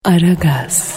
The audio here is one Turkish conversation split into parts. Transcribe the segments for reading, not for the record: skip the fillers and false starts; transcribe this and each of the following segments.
Aragaz.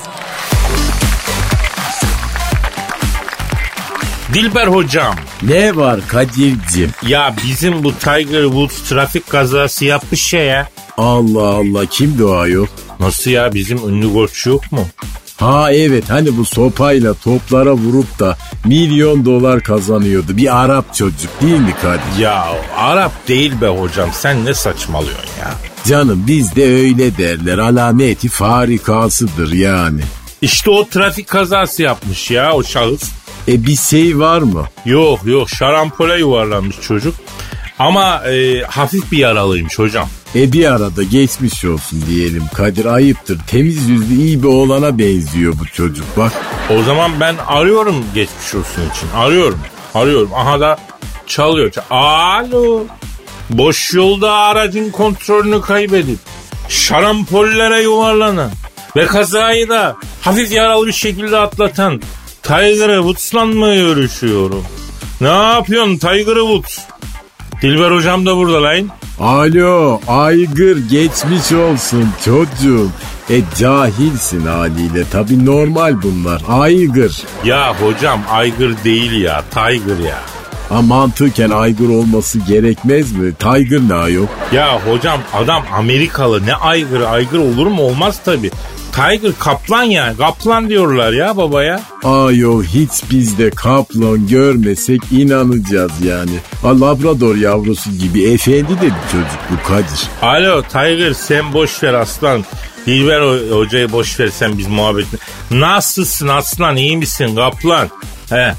Dilber hocam. Ne var Kadir'cim? Ya bizim bu Tiger Woods trafik kazası yapmış ya. Allah Allah, kimdi o ayol? Nasıl ya, bizim ünlü golfçü yok mu? Ha evet, hani bu sopayla toplara vurup da $1.000.000 kazanıyordu. Bir Arap çocuk değil mi Kadir? Ya Arap değil be hocam, sen ne saçmalıyorsun ya? Canım bizde öyle derler, alameti farikasıdır yani. İşte o trafik kazası yapmış ya o şahıs. Bir şey var mı? Yok şarampole yuvarlanmış çocuk. Ama hafif bir yaralıymış hocam. Bir arada geçmiş olsun diyelim Kadir, ayıptır. Temiz yüzlü iyi bir oğlana benziyor bu çocuk bak. O zaman ben arıyorum geçmiş olsun için. Arıyorum. Aha da çalıyor. Alo. Boş yolda aracın kontrolünü kaybedip şarampollere yuvarlanan ve kazayı da hafif yaralı bir şekilde atlatan Tiger Woods'la mı görüşüyorum? Ne yapıyorsun Tiger Woods? Dilber hocam da burada lan. Alo Aygır, geçmiş olsun çocuğum. Cahilsin haliyle, tabi normal bunlar. Aygır. Ya hocam Aygır değil ya, Tiger ya. Mantıken Aygır olması gerekmez mi? Tiger ne ayol? Ya hocam adam Amerikalı, ne Aygır olur mu? Olmaz tabi. Tiger kaplan ya, kaplan diyorlar ya babaya. Ayol hiç bizde kaplan görmesek inanacağız yani. Labrador yavrusu gibi efendi de bir çocuk bu Kadir. Alo Tiger, sen boş ver aslan. Dilber hocayı boş ver, sen biz muhabbetini. Nasılsın aslan, iyi misin kaplan? He.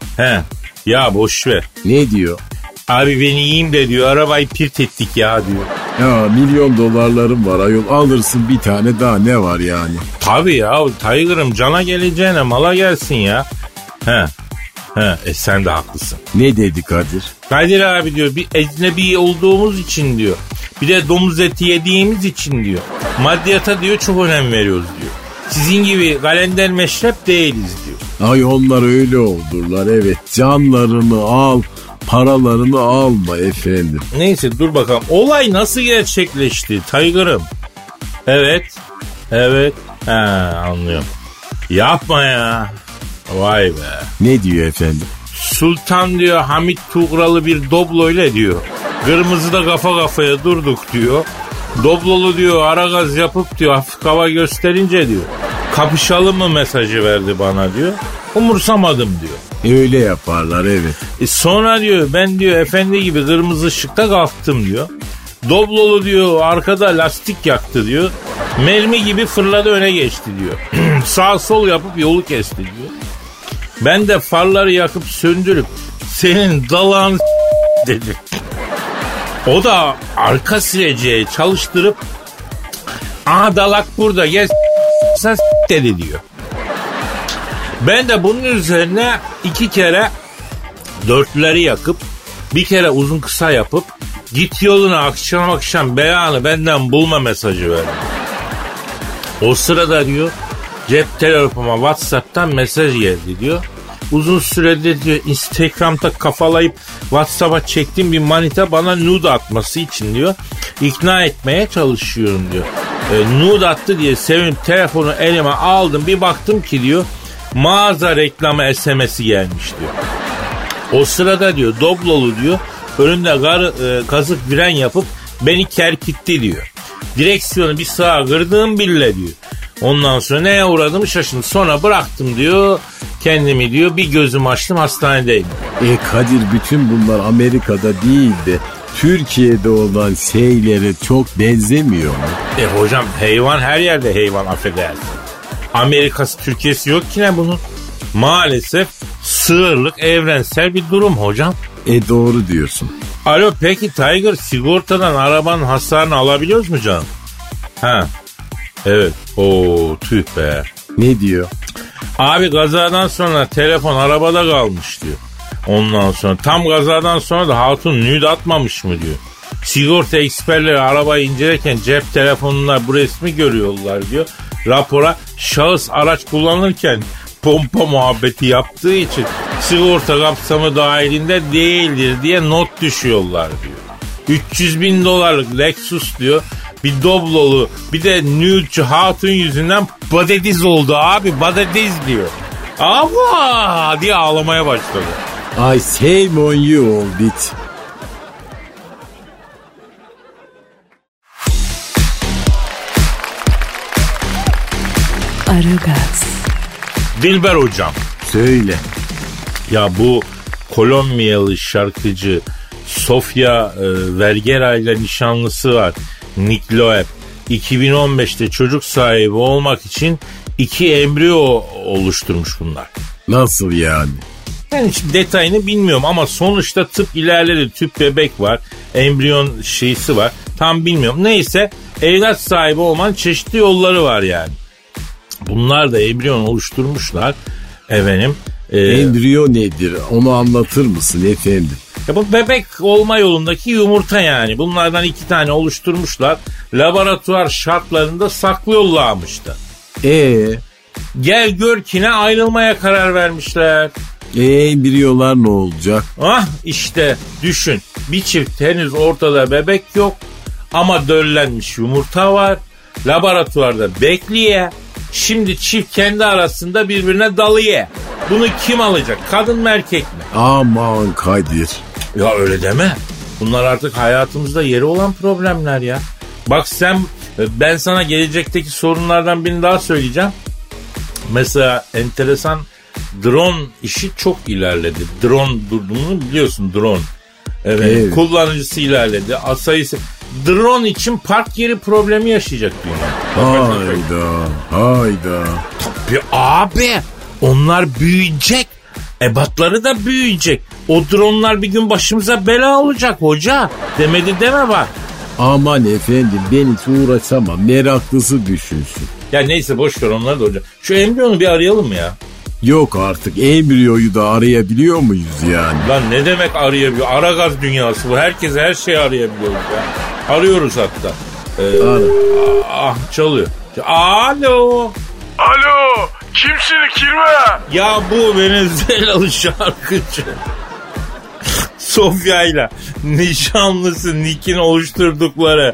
Ya boş ver. Ne diyor? Abi ben iyiyim de diyor, arabayı pirt ettik ya diyor. Ya $1.000.000'larım var ayol, alırsın bir tane daha, ne var yani? Tabii ya Tiger'ım, cana geleceğine mala gelsin ya. He sen de haklısın. Ne dedi Kadir? Kadir abi diyor, bir ecnebi olduğumuz için diyor. Bir de domuz eti yediğimiz için diyor. Maddiyata diyor çok önem veriyoruz diyor. Sizin gibi kalender meşrep değiliz diyor. Ay onlar öyle oldurlar, evet. Canlarını al, paralarını alma efendim. Neyse dur bakalım. Olay nasıl gerçekleşti Tiger'ım? Evet. Anlıyorum. Yapma ya. Vay be. Ne diyor efendim? Sultan diyor Hamit Tuğralı bir Doblo ile diyor. Kırmızıda kafa kafaya durduk diyor. Doblolu diyor ara gaz yapıp diyor hafif hava gösterince diyor. Kapışalım mı mesajı verdi bana diyor. Umursamadım diyor. Öyle yaparlar evet. Sonra diyor ben diyor efendi gibi kırmızı ışıkta kalktım diyor. Doblolu diyor arkada lastik yaktı diyor. Mermi gibi fırladı öne geçti diyor. Sağ sol yapıp yolu kesti diyor. Ben de farları yakıp söndürüp senin dalağını dedi. O da arka sileceği çalıştırıp aha dalak burada gel sen dedi diyor. Ben de bunun üzerine 2 kere dörtlüleri yakıp bir kere uzun kısa yapıp git yoluna akşam beyanı benden bulma mesajı verdim. O sırada diyor cep telefonuma WhatsApp'tan mesaj geldi diyor. Uzun süredir diyor Instagram'da kafalayıp WhatsApp'a çektiğim bir manita bana nude atması için diyor ikna etmeye çalışıyorum diyor. Nude attı diye sevinip telefonu elime aldım, bir baktım ki diyor mağaza reklamı SMS'i gelmiş diyor. O sırada diyor Doblolu diyor önümde kazık fren yapıp beni kerkitti diyor. Direksiyonu bir sağa kırdığım bile diyor. Ondan sonra neye uğradım şaşırdım. Sonra bıraktım diyor kendimi diyor, bir gözüm açtım hastanedeyim. Kadir bütün bunlar Amerika'da değil de Türkiye'de olan şeylere çok benzemiyor mu? Hocam hayvan her yerde hayvan, affedersin. Amerika'sı Türkiye'si yok ki ne bunun? Maalesef sığırlık evrensel bir durum hocam. Doğru diyorsun. Alo peki Tiger, sigortadan arabanın hasarını alabiliyoruz mu canım? Evet. Tüh be. Ne diyor? Abi kazadan sonra telefon arabada kalmış diyor. Ondan sonra tam kazadan sonra da hatun nude atmamış mı diyor. Sigorta eksperleri arabayı incelerken cep telefonunda bu resmi görüyorlar diyor. Rapora şahıs araç kullanırken pompa muhabbeti yaptığı için sigorta kapsamı dahilinde değildir diye not düşüyorlar diyor. $300.000 Lexus diyor bir doblolu, bir de nude'cu hatun yüzünden badediz oldu abi. Badediz diyor. Ava diye ağlamaya başladı. I shame on you old it. Aragaz. Dilber hocam. Söyle. Ya bu Kolombiyalı şarkıcı Sofia Vergara ile nişanlısı var. Nick Loeb. 2015'te çocuk sahibi olmak için 2 embriyo oluşturmuş bunlar. Nasıl yani? Yani şimdi detayını bilmiyorum ama sonuçta tıp ilerledi. Tüp bebek var. Embriyon şeysi var. Tam bilmiyorum. Neyse evlat sahibi olmanın çeşitli yolları var yani. Bunlar da embriyon oluşturmuşlar. Efendim. Embriyo nedir? Onu anlatır mısın efendim? Ya bu bebek olma yolundaki yumurta yani. Bunlardan 2 tane oluşturmuşlar. Laboratuvar şartlarında saklıyorlarmıştı. Gel gör ki ne ayrılmaya karar vermişler. Embriyolar ne olacak? Ah işte düşün. Bir çift henüz ortada bebek yok. Ama döllenmiş yumurta var. Laboratuvarda bekliyor. Şimdi çift kendi arasında birbirine dalıyor. Bunu kim alacak? Kadın mı erkek mi? Aman Kadir. Ya öyle deme. Bunlar artık hayatımızda yeri olan problemler ya. Bak ben sana gelecekteki sorunlardan birini daha söyleyeceğim. Mesela enteresan drone işi çok ilerledi. Drone durduğunu biliyorsun, drone. Evet. Kullanıcısı ilerledi. Sayısı. Drone için park yeri problemi yaşayacak dünya. Hayda. Tabii abi. Onlar büyüyecek. Ebatları da büyüyecek. O dronlar bir gün başımıza bela olacak hoca. Demedi deme bak. Aman efendim ben hiç uğraşamam. Meraklısı düşünsün. Ya neyse boş ver onları da hoca. Şu embriyonu bir arayalım mı ya? Yok artık embriyoyu da arayabiliyor muyuz yani? Lan ne demek arayabiliyor? Aragaz dünyası bu. Herkes her şeyi arayabiliyoruz ya. Arıyoruz hatta. Çalıyor. Alo. Alo. Kimsin kirve? Ya bu Venezuelalı şarkıcı. Sofia ile nişanlısı Nick'in oluşturdukları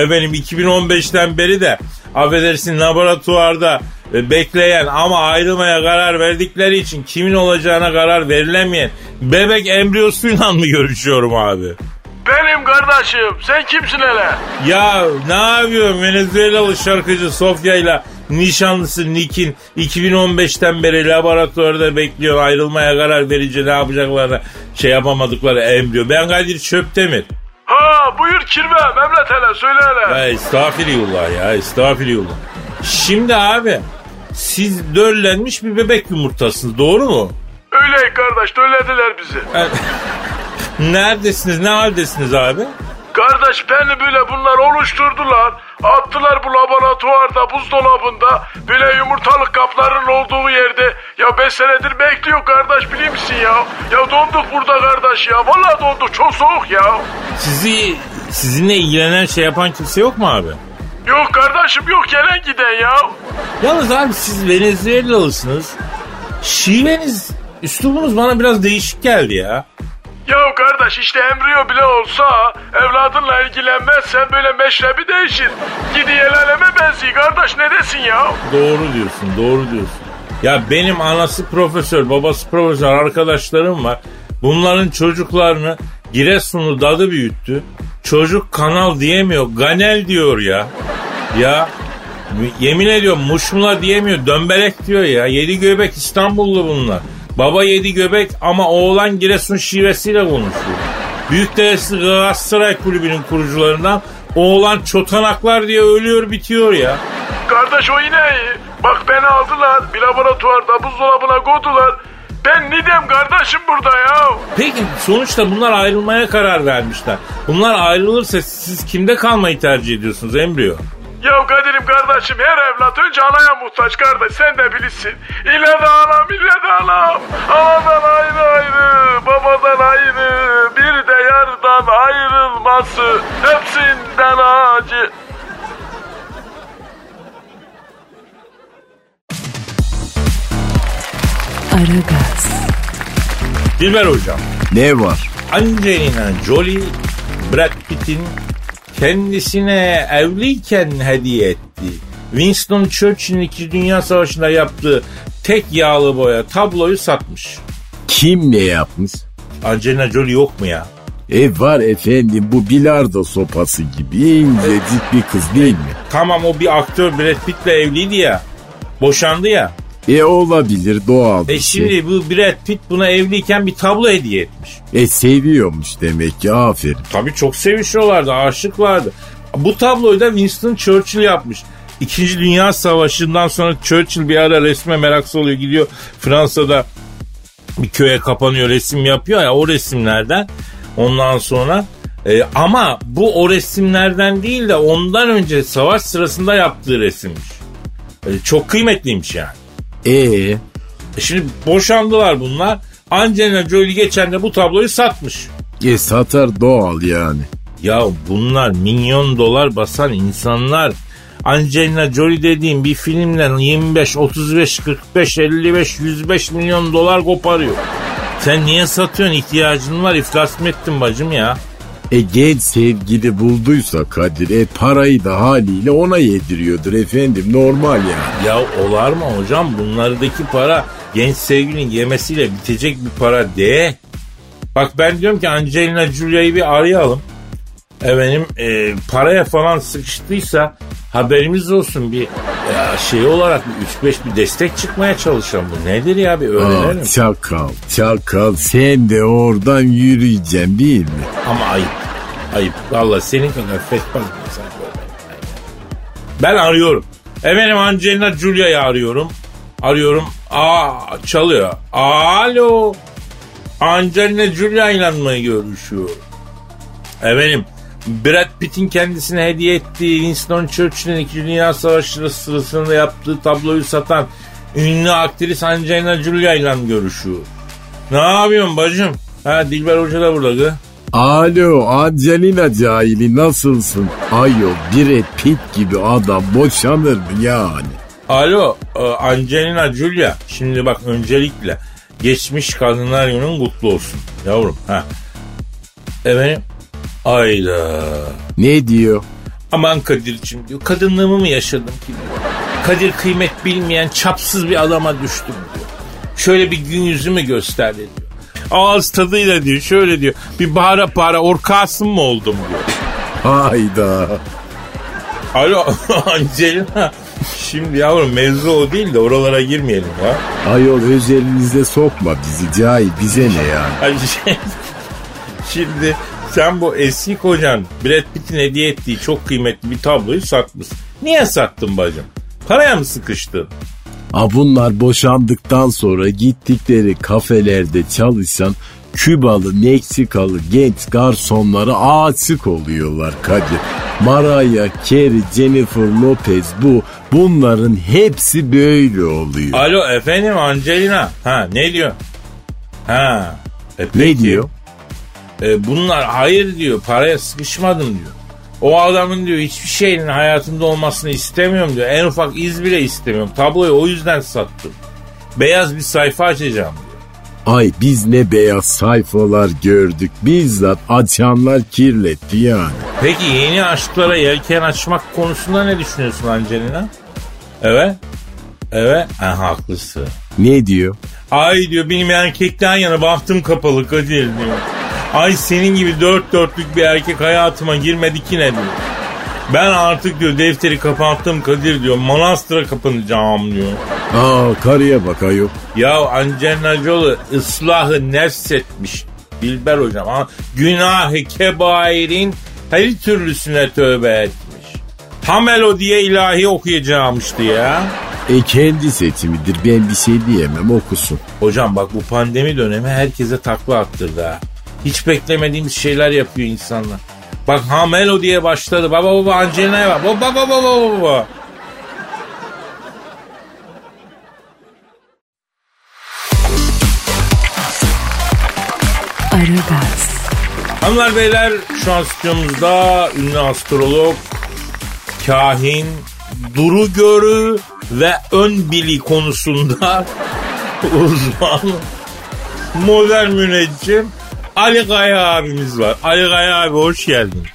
2015'ten beri de affedersin laboratuvarda bekleyen ama ayrılmaya karar verdikleri için kimin olacağına karar verilemeyen bebek embriyosuyla mı görüşüyorum abi? Benim kardeşim. Sen kimsin hele? Ya ne yapıyorsun Venezuelalı şarkıcı Sofia ile nişanlısı Nick'in 2015'ten beri laboratuvarda bekliyor, ayrılmaya karar verince ne yapacaklarını yapamadıkları embriyo. Ben Kadir Çöptemir. Ha buyur kirve Mehmet hele söyle hele. Ya estağfirullah. Şimdi abi siz döllenmiş bir bebek yumurtasınız, doğru mu? Öyle kardeş döllediler bizi. Neredesiniz, ne haldesiniz abi? Kardeş beni böyle bunlar oluşturdular. Attılar bu laboratuvarda buzdolabında. Böyle yumurtalık kapların olduğu yerde. Ya 5 senedir bekliyor kardeş biliyor musun ya? Ya donduk burada kardeş ya. Vallahi donduk çok soğuk ya. Sizinle ilgilenen yapan kimse yok mu abi? Yok kardeşim yok gelen giden ya. Yalnız abi siz Venezuelalısınız. Şiveniz, üslubunuz bana biraz değişik geldi ya. Ya kardeş işte embriyo bile olsa evladınla ilgilenmezsen böyle meşrebi değişir. Gidiyor el aleme benziyor kardeş ne desin ya? Doğru diyorsun. Ya benim anası profesör, babası profesör arkadaşlarım var. Bunların çocuklarını Giresunlu dadı büyüttü. Çocuk kanal diyemiyor, ganel diyor ya. Ya yemin ediyorum muşmula diyemiyor, dömbelek diyor ya. 7 göbek İstanbullu bunlar. Baba 7 göbek ama oğlan Giresun şivesiyle konuşuyor. Büyükderesi Galatasaray Kulübü'nün kurucularından oğlan çotanaklar diye ölüyor bitiyor ya. Kardeş o yine iyi. Bak beni aldılar bir laboratuvarda buzdolabına koydular. Ben nidem kardeşim burada ya. Peki sonuçta bunlar ayrılmaya karar vermişler. Bunlar ayrılırsa siz kimde kalmayı tercih ediyorsunuz embriyo? Ya Kadir'im kardeşim her evlat önce anaya muhtaç kardeş sen de bilirsin. İlle de anam ille de anam. Anadan ayrı babadan ayrı bir de yardan ayrılması hepsinden acı. Aragaz. Dilber hocam. Ne var? Angelina Jolie, Brad Pitt'in kendisine evliyken hediye etti. Winston Churchill'in 2. Dünya Savaşı'nda yaptığı tek yağlı boya tabloyu satmış. Kim ne yapmış? Angelina Jolie yok mu ya? Var efendim, bu bilardo sopası gibi incecik bir kız değil mi? Tamam, o bir aktör Brad Pitt'le evliydi ya. Boşandı ya. Olabilir, doğal bir Şimdi şey. bu Brad Pitt buna evliyken bir tablo hediye etmiş. Seviyormuş demek ki, aferin. Tabii çok sevişiyorlardı, aşıklardı. Bu tabloyu da Winston Churchill yapmış. 2. Dünya Savaşı'ndan sonra Churchill bir ara resme meraklısı oluyor. Gidiyor Fransa'da bir köye kapanıyor, resim yapıyor ya, o resimlerden. Ondan sonra ama bu o resimlerden değil de ondan önce savaş sırasında yaptığı resimmiş. Çok kıymetliymiş yani. Şimdi boşandılar bunlar. Angelina Jolie geçen de bu tabloyu satmış. Satar, doğal yani. Ya bunlar milyon dolar basan insanlar. Angelina Jolie dediğim bir filmden 25, 35, 45, 55, 105 milyon dolar koparıyor. Sen niye satıyorsun? İhtiyacın var, iflas mı ettin bacım ya? Genç sevgili bulduysa Kadir, parayı da haliyle ona yediriyordur efendim, normal yani. Ya olar mı hocam? Bunlardaki para genç sevgilinin yemesiyle bitecek bir para değil. Bak ben diyorum ki Angelina Jolie'yi bir arayalım. Paraya falan sıkıştıysa haberimiz olsun, bir şey olarak bir 3-5 bir destek çıkmaya çalışalım. Bu nedir ya, bir öğrenelim. Çakal sen de oradan yürüyeceksin değil mi? Ama ayıp. Vallahi senin kadar fetbaz bir insan görmedim. Ben arıyorum. Angelina Jolie'yi arıyorum. Çalıyor. Alo. Angelina Jolie ile mi görüşüyor? Brad Pitt'in kendisine hediye ettiği Winston Churchill'in 2. Dünya Savaşı sırasında yaptığı tabloyu satan ünlü aktris Angelina Jolie ile görüşüyor. Ne yapıyorsun bacım? Dilber Hoca da burada. Alo Angelina cahili, nasılsın? Ayol, Brad Pitt gibi adam boşanır mı yani? Alo Angelina Jolie. Şimdi bak, öncelikle geçmiş Kadınlar Günü'nün kutlu olsun yavrum. Ayda. Ne diyor? Aman Kadir'cim diyor, kadınlığımı mı yaşadım ki diyor. Kadir kıymet bilmeyen çapsız bir adama düştüm diyor. Şöyle bir gün yüzümü gösterdi diyor. Ağız tadıyla diyor, şöyle diyor, bir para orkasım mı oldum diyor. Hayda. Alo Angelina. Şimdi yavrum mevzu o değil de oralara girmeyelim ya. Ayol, özelinize sokma bizi cahil, bize ne yani? Şimdi sen bu eski kocan Brad Pitt'in hediye ettiği çok kıymetli bir tabloyu satmışsın. Niye sattın bacım? Paraya mı sıkıştın? Bunlar boşandıktan sonra gittikleri kafelerde çalışan Kübalı, Meksikalı genç garsonlara aşık oluyorlar Kadir. Mariah Carey, Jennifer Lopez, bunların hepsi böyle oluyor. Alo efendim Angelina. Ne diyor? Ne diyor? Bunlar hayır diyor, paraya sıkışmadım diyor. O adamın diyor hiçbir şeyin hayatımda olmasını istemiyorum diyor. En ufak iz bile istemiyorum. Tabloyu o yüzden sattım. Beyaz bir sayfa açacağım diyor. Ay biz ne beyaz sayfalar gördük. Bizzat açanlar kirletti yani. Peki yeni aşklara yelken açmak konusunda ne düşünüyorsun Angelina? Evet. Haklısın. Ne diyor? Ay diyor, benim erkekten yana bahtım kapalı Kadir diyor. Ay senin gibi dört dörtlük bir erkek hayatıma girmedi ki ne diyor. Ben artık diyor defteri kapattım Kadir diyor. Manastıra kapanacağım diyor. Karıya bak ayol. Ya Angelina Jolie ıslahı nefs etmiş Dilber hocam. Günahı kebairin her türlüsüne tövbe etmiş. Hamelo diye ilahi okuyacağımıştı ya. Kendi seçimidir, ben bir şey diyemem, okusun. Hocam bak, bu pandemi dönemi herkese takla attırdı ha. Hiç beklemediğimiz şeyler yapıyor insanlar. Bak Hamelo diye başladı. Baba Angelina'ya bak. Baba. Aragaz. Hanımlar beyler, şu an stüdyomuzda ünlü astrolog, kahin, duru görü ve ön bili konusunda uzman, modern müneccim Ali Kaya abimiz var. Ali Kaya abi hoş geldin.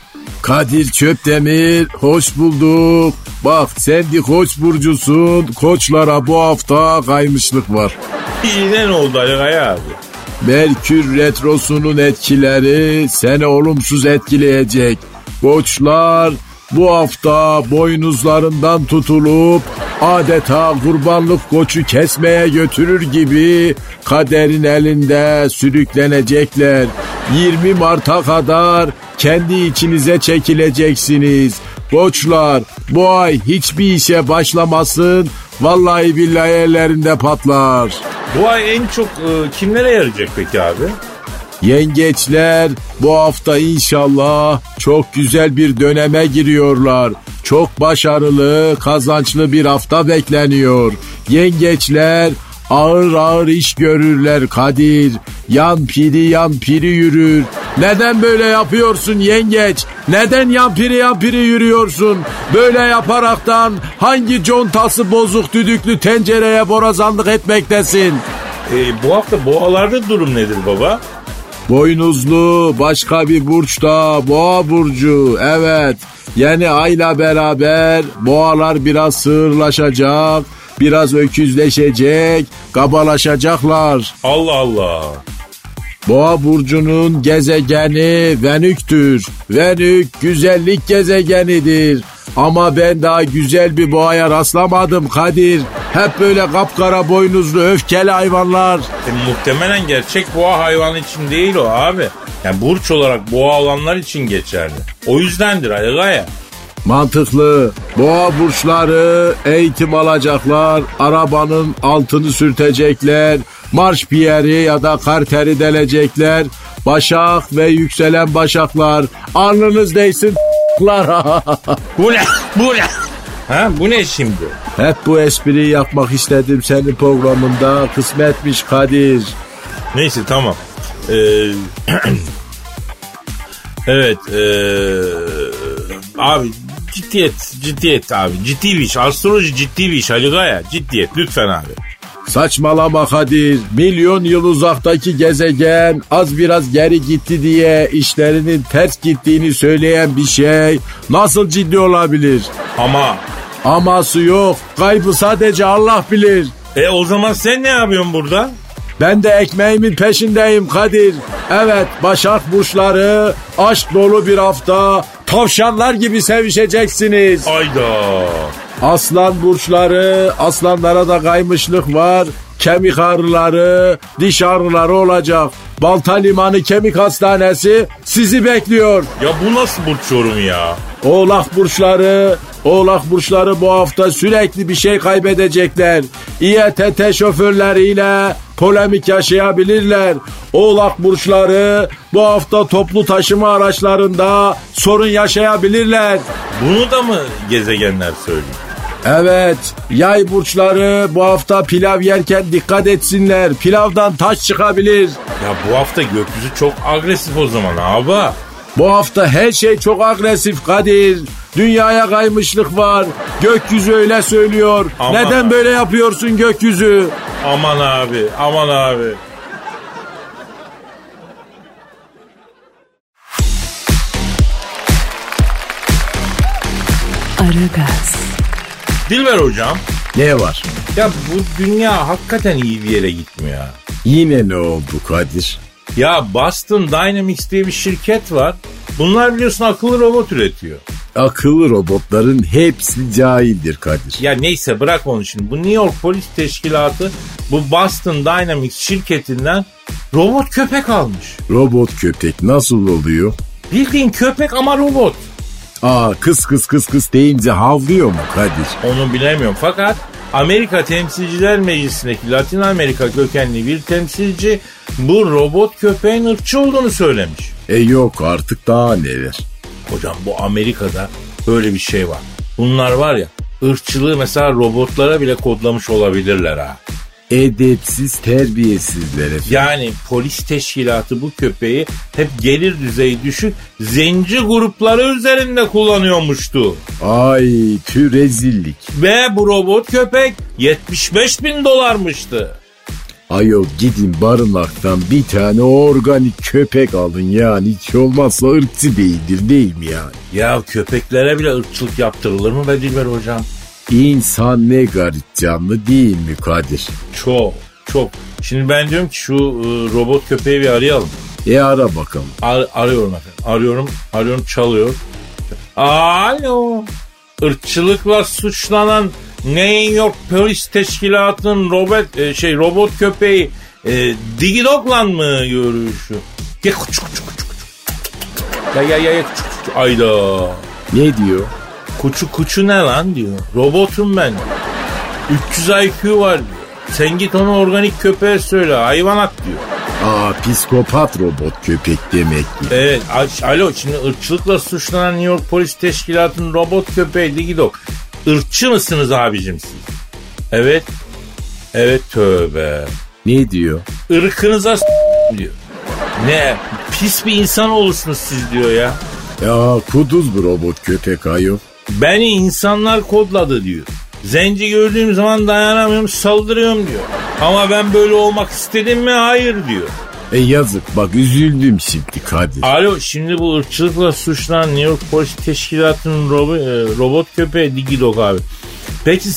Kadir Çöpdemir, hoş bulduk. Bak sen de Koç burcusun. Koçlara bu hafta kaymışlık var. Yine ne oldu Ali Kaya abi? Merkür retrosunun etkileri seni olumsuz etkileyecek. Koçlar bu hafta boynuzlarından tutulup adeta kurbanlık koçu kesmeye götürür gibi kaderin elinde sürüklenecekler. 20 Mart'a kadar kendi içinize çekileceksiniz. Koçlar bu ay hiçbir işe başlamasın. Vallahi billahi ellerinde patlar. Bu ay en çok kimlere yarayacak peki abi? Yengeçler bu hafta inşallah çok güzel bir döneme giriyorlar. Çok başarılı, kazançlı bir hafta bekleniyor. Yengeçler ağır ağır iş görürler Kadir. Yan piri yürür. Neden böyle yapıyorsun yengeç? Neden yan piri yürüyorsun? Böyle yaparaktan hangi contası bozuk düdüklü tencereye borazanlık etmektesin? Bu hafta boğalarda durum nedir baba? Boynuzlu başka bir burçta Boğa burcu, evet. Yeni ayla beraber boğalar biraz sığırlaşacak, biraz öküzleşecek, kabalaşacaklar. Allah Allah. Boğa burcunun gezegeni Venük'tür. Venük güzellik gezegenidir. Ama ben daha güzel bir boğaya rastlamadım Kadir. Hep böyle kapkara boynuzlu öfkeli hayvanlar. Muhtemelen gerçek boğa hayvanı için değil o abi. Yani burç olarak boğa olanlar için geçerli. O yüzdendir Ali Kaya. Mantıklı. Boğa burçları eğitim alacaklar. Arabanın altını sürtecekler. Marş piyeri ya da karteri delecekler. Başak ve yükselen başaklar. Alnınız değsin. Bu ne? Ha, bu ne şimdi? Hep bu espriyi yapmak istedim senin programında. Kısmetmiş Kadir. Neyse tamam. Evet. Abi ciddiyet abi. Ciddi bir iş. Astroloji ciddi bir iş Ali Kaya. Ciddiyet lütfen abi. Saçmalama Kadir. Milyon yıl uzaktaki gezegen az biraz geri gitti diye işlerinin ters gittiğini söyleyen bir şey nasıl ciddi olabilir? Aması yok. Kaybı sadece Allah bilir. O zaman sen ne yapıyorsun burada? Ben de ekmeğimin peşindeyim Kadir. Evet, Başak burçları aşk dolu bir hafta. Tavşanlar gibi sevişeceksiniz. Ayda. Aslan burçları, aslanlara da kaymışlık var. Kemik ağrıları, diş ağrıları olacak. Balta Limanı Kemik Hastanesi sizi bekliyor. Ya bu nasıl burç yorumu ya? Oğlak burçları bu hafta sürekli bir şey kaybedecekler. İETT şoförleriyle polemik yaşayabilirler. Oğlak burçları bu hafta toplu taşıma araçlarında sorun yaşayabilirler. Bunu da mı gezegenler söylüyor? Evet, yay burçları bu hafta pilav yerken dikkat etsinler. Pilavdan taş çıkabilir. Ya bu hafta gökyüzü çok agresif o zaman abi. Bu hafta her şey çok agresif Kadir. Dünyaya kaymışlık var. Gökyüzü öyle söylüyor. Aman neden abi. Böyle yapıyorsun gökyüzü? Aman abi. Aragaz. Dilber hocam. Ne var? Ya bu dünya hakikaten iyi bir yere gitmiyor ya. Yine ne oldu Kadir? Ya Boston Dynamics diye bir şirket var. Bunlar biliyorsun akıllı robot üretiyor. Akıllı robotların hepsi cahildir Kadir. Ya neyse bırak onu şimdi. Bu New York Polis Teşkilatı bu Boston Dynamics şirketinden robot köpek almış. Robot köpek nasıl oluyor? Bildiğin köpek ama robot. Kıs deyince havlıyor mu Kadir? Onu bilemiyorum fakat Amerika Temsilciler Meclisi'ndeki Latin Amerika kökenli bir temsilci bu robot köpeğin ırkçı olduğunu söylemiş. Yok artık daha neler. Hocam bu Amerika'da böyle bir şey var. Bunlar var ya ırkçılığı mesela robotlara bile kodlamış olabilirler ha. Edepsiz terbiyesizler efendim. Yani polis teşkilatı bu köpeği hep gelir düzeyi düşük zenci grupları üzerinde kullanıyormuştu. Ay rezillik. Ve bu robot köpek $75.000'mıştı. Ayol gidin barınaktan bir tane organik köpek alın yani. Hiç olmazsa ırkçı değildir değil mi yani? Ya köpeklere bile ırkçılık yaptırılır mı be Dilber hocam? İnsan ne garip canlı değil mi Kadir? Çok. Şimdi ben diyorum ki şu robot köpeği bir arayalım. Ara bakalım. Arıyorum efendim. Arıyorum çalıyor. Alo. Irkçılıkla suçlanan New York Polis Teşkilatı'nın robot köpeği Digi Dog'la mı görüşüyor? Ya küçük. Ya küçük. Ayda. Ne diyor? Kuçu ne lan diyor. Robotum ben. 300 IQ var diyor. Sen git onu organik köpeğe söyle. Hayvanat diyor. Psikopat robot köpek demek ki. Evet. Alo şimdi ırkçılıkla suçlanan New York Polis Teşkilatı'nın robot köpeği Digi Dog. Irkçı mısınız abicim siz? Evet. Evet tövbe. Ne diyor? Irkınıza diyor. Ne? Pis bir insan olursunuz siz diyor ya. Ya kuduz bu robot köpek ayol. Beni insanlar kodladı diyor. Zenci gördüğüm zaman dayanamıyorum saldırıyorum diyor. Ama ben böyle olmak istedim mi? Hayır diyor. Yazık bak üzüldüm şimdi Kadir. Alo şimdi bu ırkçılıkla suçlanan New York Polis Teşkilatı'nın robot köpeği Digi Dog abi. Peki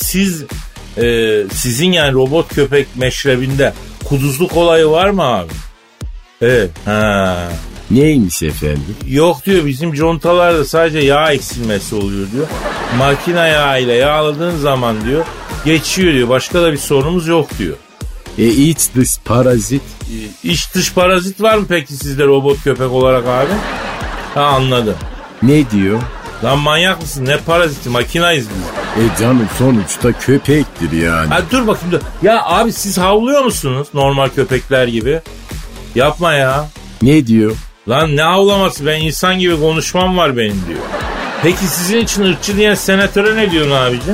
sizin yani robot köpek meşrebinde kuduzluk olayı var mı abi? Evet. Neymiş efendim? Yok diyor bizim contalarda sadece yağ eksilmesi oluyor diyor. Makine yağıyla yağladığın zaman diyor geçiyor diyor. Başka da bir sorunumuz yok diyor. İç dış parazit. İç dış parazit var mı peki sizde robot köpek olarak abi? Anladım. Ne diyor? Lan manyak mısın? Ne paraziti? Makinayız biz. Canım sonuçta köpektir yani. Dur bakayım dur. Ya abi siz havlıyor musunuz normal köpekler gibi? Yapma ya. Ne diyor? Lan ne havlaması? Ben insan gibi konuşmam var benim diyor. Peki sizin için ırkçı diyen senatöre ne diyorsun abicim?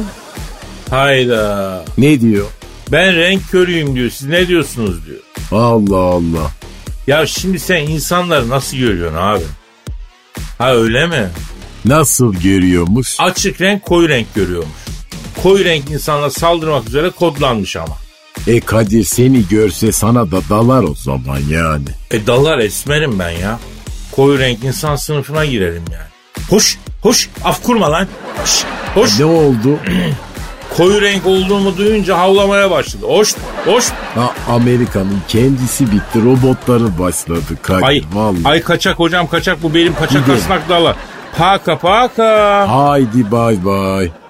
Hayda. Ne diyor? Ben renk körüyüm diyor. Siz ne diyorsunuz diyor. Allah Allah. Ya şimdi sen insanları nasıl görüyorsun abi? Ha öyle mi? Nasıl görüyormuş? Açık renk koyu renk görüyormuş. Koyu renk insanlara saldırmak üzere kodlanmış ama. Kadir seni görse sana da dalar o zaman yani. Dalar esmerim ben ya. Koyu renk insan sınıfına girerim yani. Hoş af kurma lan. Hoş. Ne oldu? Koyu renk olduğumu duyunca havlamaya başladı. Hoş. Amerika'nın kendisi bitti. Robotları başladı. Kadir, ay kaçak hocam kaçak bu benim kaçak kasnak dalar. Paka. Haydi bay bay.